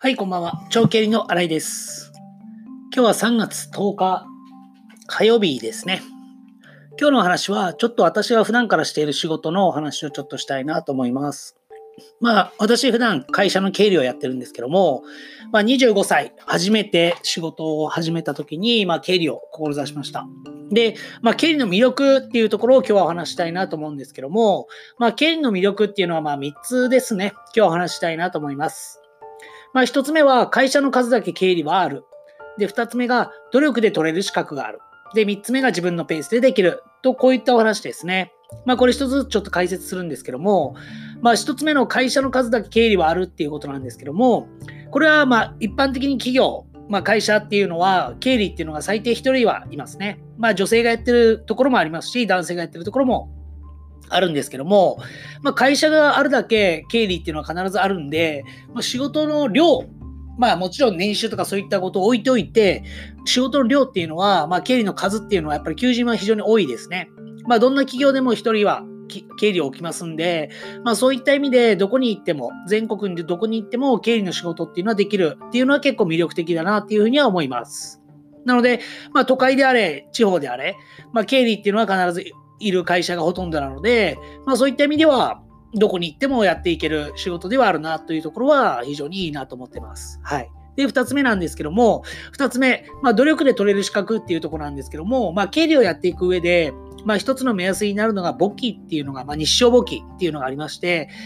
はい、こんばんは。長経理の新井です。今日は3月10日火曜日ですね。今日の話はちょっと私が普段からしている仕事のお話をちょっとしたいなと思います。私普段会社の経理をやってるんですけども、25歳初めて仕事を始めた時に、経理を志しました。で、経理の魅力っていうところを今日はお話したいなと思うんですけども、経理の魅力っていうのは3つですね。今日はお話したいなと思います。1つ目は会社の数だけ経理はある。で、2つ目が努力で取れる資格がある。で、3つ目が自分のペースでできる。と、こういったお話ですね。これ一つずつちょっと解説するんですけども、一つ目の会社の数だけ経理はあるっていうことなんですけども、これは一般的に企業、会社っていうのは、経理っていうのが最低1人はいますね。女性がやってるところもありますし、男性がやってるところもあるんですけども、会社があるだけ経理っていうのは必ずあるんで、仕事の量、もちろん年収とかそういったことを置いておいて、仕事の量っていうのは、経理の数っていうのはやっぱり求人は非常に多いですね。どんな企業でも一人は経理を置きますんで、そういった意味でどこに行っても、全国でどこに行っても経理の仕事っていうのはできるっていうのは結構魅力的だなっていうふうには思います。なので、都会であれ、地方であれ、経理っていうのは必ずいる会社がほとんどなので、そういった意味では、どこに行ってもやっていける仕事ではあるなというところは非常にいいなと思ってます。はい。で、二つ目なんですけども、二つ目、努力で取れる資格っていうところなんですけども、経理をやっていく上で、一つの目安になるのが簿記っていうのが、日照簿記っていうのがありまして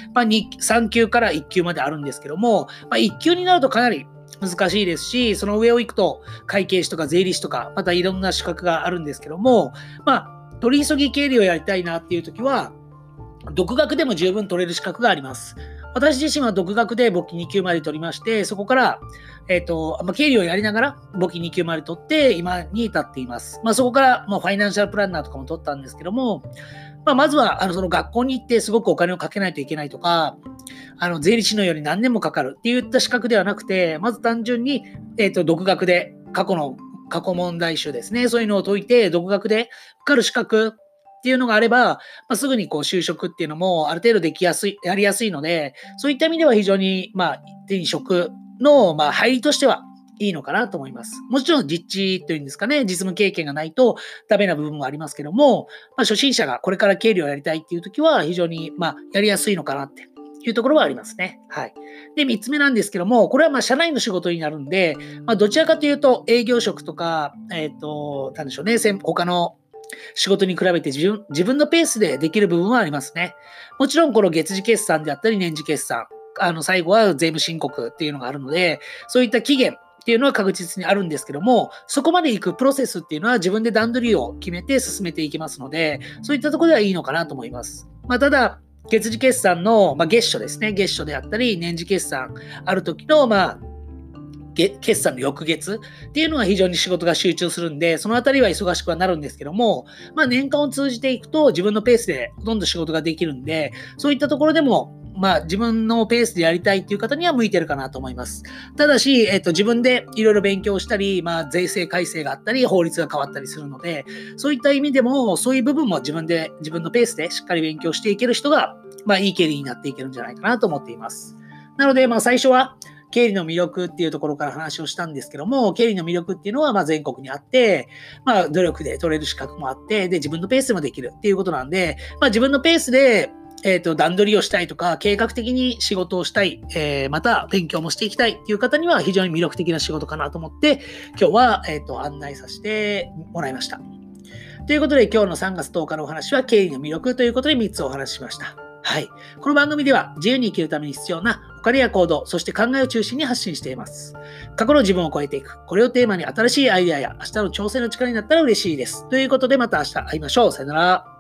、3級から1級まであるんですけども、1級になるとかなり難しいですし、その上を行くと会計士とか税理士とか、またいろんな資格があるんですけども、取り急ぎ経理をやりたいなっていうときは、独学でも十分取れる資格があります。私自身は独学で簿記2級まで取りまして、そこから、経理をやりながら簿記2級まで取って、今に至っています。そこからファイナンシャルプランナーとかも取ったんですけども、まずはその学校に行ってすごくお金をかけないといけないとか、税理士のように何年もかかるっていった資格ではなくて、まず単純に、独学で過去問題集ですね。そういうのを解いて、独学で受かる資格っていうのがあれば、すぐに就職っていうのもある程度やりやすいので、そういった意味では非常に、手に職の、入りとしてはいいのかなと思います。もちろん実地というんですかね、実務経験がないとダメな部分もありますけども、初心者がこれから経理をやりたいっていう時は非常に、やりやすいのかなっていうところはありますね。はい。で、三つ目なんですけども、これは社内の仕事になるんで、どちらかというと営業職とか、なんでしょうね、他の仕事に比べて自分のペースでできる部分はありますね。もちろんこの月次決算であったり年次決算、最後は税務申告っていうのがあるので、そういった期限っていうのは確実にあるんですけども、そこまで行くプロセスっていうのは自分で段取りを決めて進めていきますので、そういったところではいいのかなと思います。ただ、月次決算の、月初ですね、月初であったり、年次決算ある時の、決算の翌月っていうのは非常に仕事が集中するんで、そのあたりは忙しくはなるんですけども、年間を通じていくと自分のペースでほとんど仕事ができるんで、そういったところでも、自分のペースでやりたいっていう方には向いてるかなと思います。ただし、自分でいろいろ勉強したり、税制改正があったり、法律が変わったりするので、そういった意味でも、そういう部分も自分のペースでしっかり勉強していける人が、いい経理になっていけるんじゃないかなと思っています。なので、最初は、経理の魅力っていうところから話をしたんですけども、経理の魅力っていうのは全国にあって、努力で取れる資格もあって、で、自分のペースでもできるっていうことなんで、自分のペースで、段取りをしたいとか、計画的に仕事をしたい、また勉強もしていきたいっていう方には非常に魅力的な仕事かなと思って、今日は、案内させてもらいました。ということで、今日の3月10日のお話は経理の魅力ということで3つお話ししました。はい。この番組では自由に生きるために必要なお金や行動、そして考えを中心に発信しています。過去の自分を超えていく。これをテーマに新しいアイデアや明日の挑戦の力になったら嬉しいです。ということでまた明日会いましょう。さよなら。